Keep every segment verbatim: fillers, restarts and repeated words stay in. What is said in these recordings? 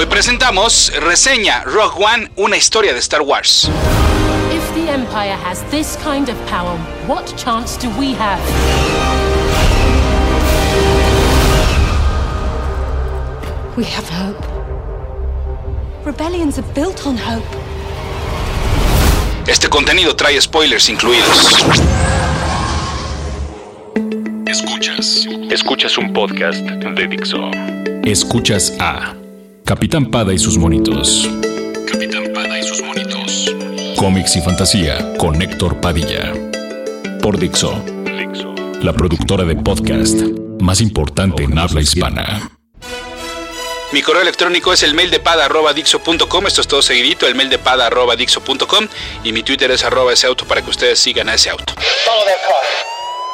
presentamos reseña Rogue One, una historia de Star Wars. If the Empire has this kind of power, what chance do we have? We have hope. Rebellions are built on hope. Este contenido trae spoilers incluidos. Escuchas. Escuchas un podcast de Dixo. Escuchas a Capitán Pada y sus monitos. Capitán Pada y sus monitos. Cómics y fantasía con Héctor Padilla. Por Dixo. Dixo. La productora de podcast más importante en habla hispana. Mi correo electrónico es el maildepada arroba dixo punto com. Esto es todo seguidito, el maildepada arroba dixo punto com. Y mi Twitter es arroba ese auto para que ustedes sigan a ese auto. Follow that car.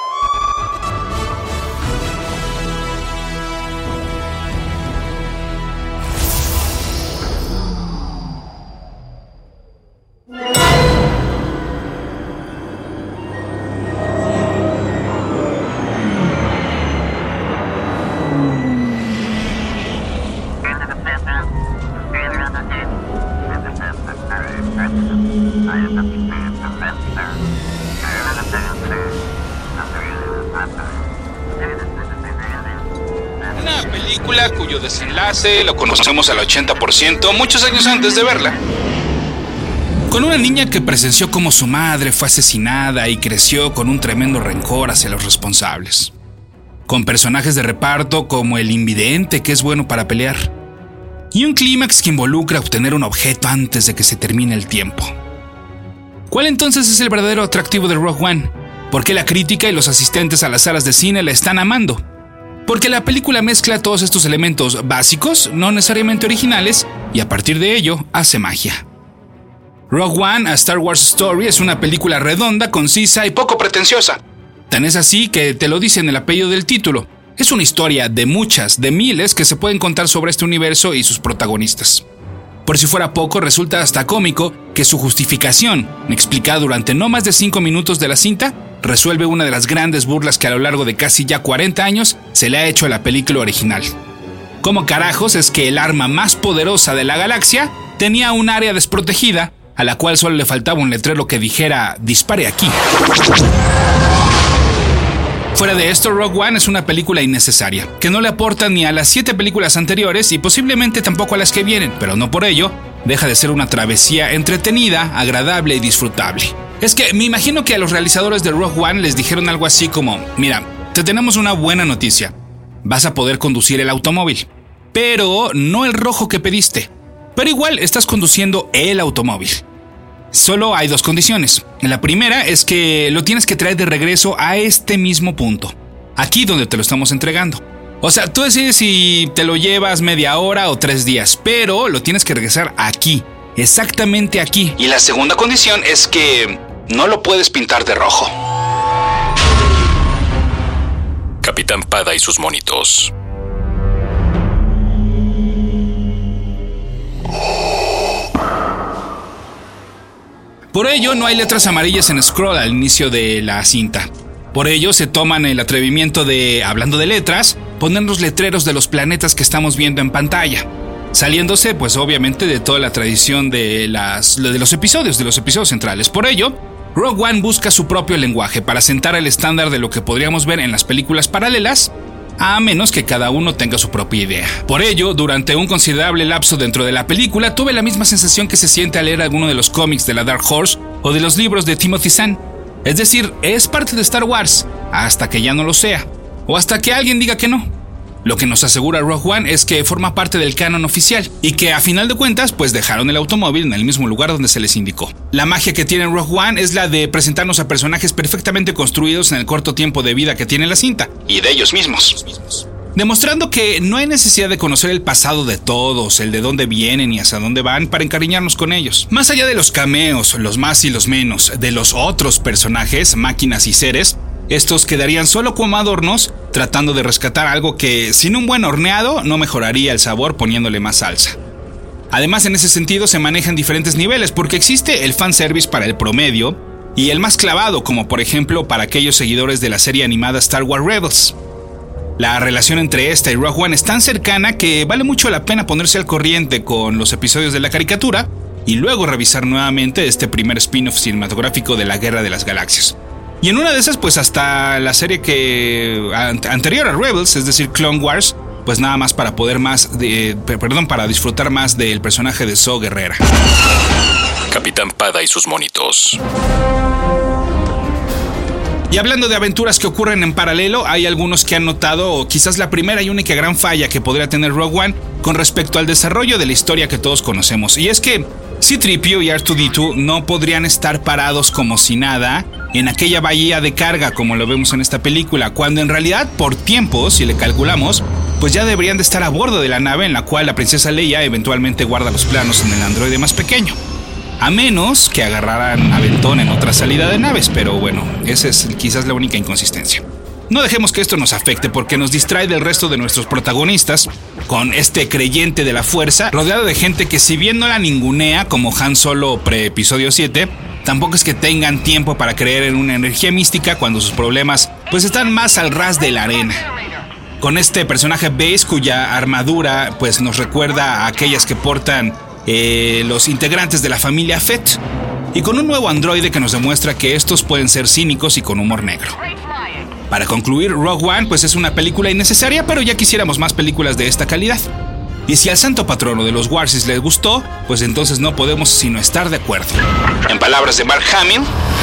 Una película cuyo desenlace lo conocemos al ochenta por ciento muchos años antes de verla. Con una niña que presenció cómo su madre fue asesinada y creció con un tremendo rencor hacia los responsables. Con personajes de reparto como el invidente que es bueno para pelear. Y un clímax que involucra obtener un objeto antes de que se termine el tiempo. ¿Cuál entonces es el verdadero atractivo de Rogue One? ¿Por qué la crítica y los asistentes a las salas de cine la están amando? Porque la película mezcla todos estos elementos básicos, no necesariamente originales, y a partir de ello hace magia. Rogue One, a Star Wars Story, es una película redonda, concisa y poco pretenciosa. Tan es así que te lo dice en el apellido del título. Es una historia de muchas, de miles que se pueden contar sobre este universo y sus protagonistas. Por si fuera poco, resulta hasta cómico que su justificación, explicada durante no más de cinco minutos de la cinta, resuelve una de las grandes burlas que a lo largo de casi ya cuarenta años se le ha hecho a la película original. ¿Cómo carajos es que el arma más poderosa de la galaxia tenía un área desprotegida a la cual solo le faltaba un letrero que dijera «Dispare aquí»? Fuera de esto, Rogue One es una película innecesaria, que no le aporta ni a las siete películas anteriores y posiblemente tampoco a las que vienen, pero no por ello deja de ser una travesía entretenida, agradable y disfrutable. Es que me imagino que a los realizadores de Rogue One les dijeron algo así como: mira, te tenemos una buena noticia, vas a poder conducir el automóvil, pero no el rojo que pediste, pero igual estás conduciendo el automóvil. Solo hay dos condiciones. La primera es que lo tienes que traer de regreso a este mismo punto, aquí donde te lo estamos entregando. O sea, tú decides si te lo llevas media hora o tres días, pero lo tienes que regresar aquí, exactamente aquí. Y la segunda condición es que no lo puedes pintar de rojo. Capitán Pada y sus monitos. Por ello, no hay letras amarillas en scroll al inicio de la cinta. Por ello, se toman el atrevimiento de, hablando de letras, poner los letreros de los planetas que estamos viendo en pantalla, saliéndose, pues obviamente, de toda la tradición de, las, de los episodios, de los episodios centrales. Por ello, Rogue One busca su propio lenguaje para sentar el estándar de lo que podríamos ver en las películas paralelas, a menos que cada uno tenga su propia idea. Por ello, durante un considerable lapso dentro de la película, tuve la misma sensación que se siente al leer alguno de los cómics de la Dark Horse o de los libros de Timothy Zahn. Es decir, es parte de Star Wars, hasta que ya no lo sea, o hasta que alguien diga que no. Lo que nos asegura Rogue One es que forma parte del canon oficial y que a final de cuentas pues dejaron el automóvil en el mismo lugar donde se les indicó. La magia que tiene Rogue One es la de presentarnos a personajes perfectamente construidos en el corto tiempo de vida que tiene la cinta, y de ellos mismos, demostrando que no hay necesidad de conocer el pasado de todos, el de dónde vienen y hacia dónde van para encariñarnos con ellos. Más allá de los cameos, los más y los menos, de los otros personajes, máquinas y seres, estos quedarían solo como adornos, tratando de rescatar algo que, sin un buen horneado, no mejoraría el sabor poniéndole más salsa. Además, en ese sentido se manejan diferentes niveles, porque existe el fanservice para el promedio y el más clavado, como por ejemplo para aquellos seguidores de la serie animada Star Wars Rebels. La relación entre esta y Rogue One es tan cercana que vale mucho la pena ponerse al corriente con los episodios de la caricatura y luego revisar nuevamente este primer spin-off cinematográfico de la Guerra de las Galaxias. Y en una de esas, pues hasta la serie que anterior a Rebels, es decir, Clone Wars, pues nada más para poder más, de, perdón, para disfrutar más del personaje de Saw Gerrera. Capitán Pada y sus monitos. Y hablando de aventuras que ocurren en paralelo, hay algunos que han notado, o quizás la primera y única gran falla que podría tener Rogue One con respecto al desarrollo de la historia que todos conocemos. Y es que C tres P O y R dos D dos no podrían estar parados como si nada en aquella bahía de carga como lo vemos en esta película, cuando en realidad, por tiempo, si le calculamos, pues ya deberían de estar a bordo de la nave en la cual la princesa Leia eventualmente guarda los planos en el androide más pequeño. A menos que agarraran aventón en otra salida de naves, pero bueno, esa es quizás la única inconsistencia. No dejemos que esto nos afecte porque nos distrae del resto de nuestros protagonistas, con este creyente de la fuerza, rodeado de gente que si bien no la ningunea como Han Solo pre-episodio siete, tampoco es que tengan tiempo para creer en una energía mística cuando sus problemas pues están más al ras de la arena. Con este personaje Base cuya armadura pues nos recuerda a aquellas que portan Eh, los integrantes de la familia Fett, y con un nuevo androide que nos demuestra que estos pueden ser cínicos y con humor negro. Para concluir, Rogue One pues es una película innecesaria, pero ya quisiéramos más películas de esta calidad. Y si al santo patrono de los Warsis les gustó, pues entonces no podemos sino estar de acuerdo. En palabras de Mark Hamill,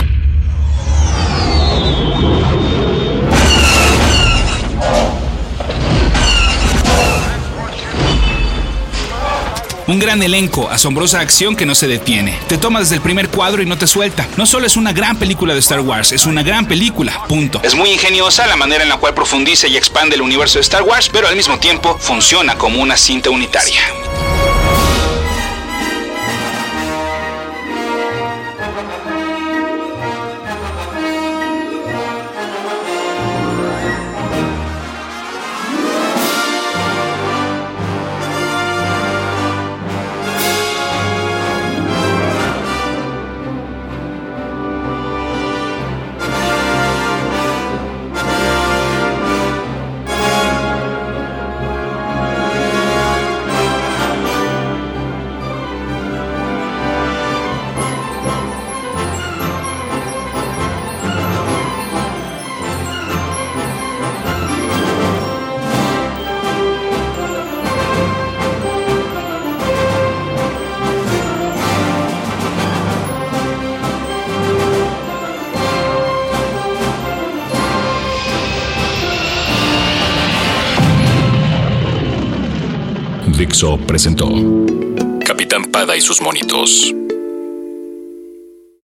un gran elenco, asombrosa acción que no se detiene. Te toma desde el primer cuadro y no te suelta. No solo es una gran película de Star Wars, es una gran película, punto. Es muy ingeniosa la manera en la cual profundiza y expande el universo de Star Wars, pero al mismo tiempo funciona como una cinta unitaria. Dixo presentó Capitán Pada y sus monitos.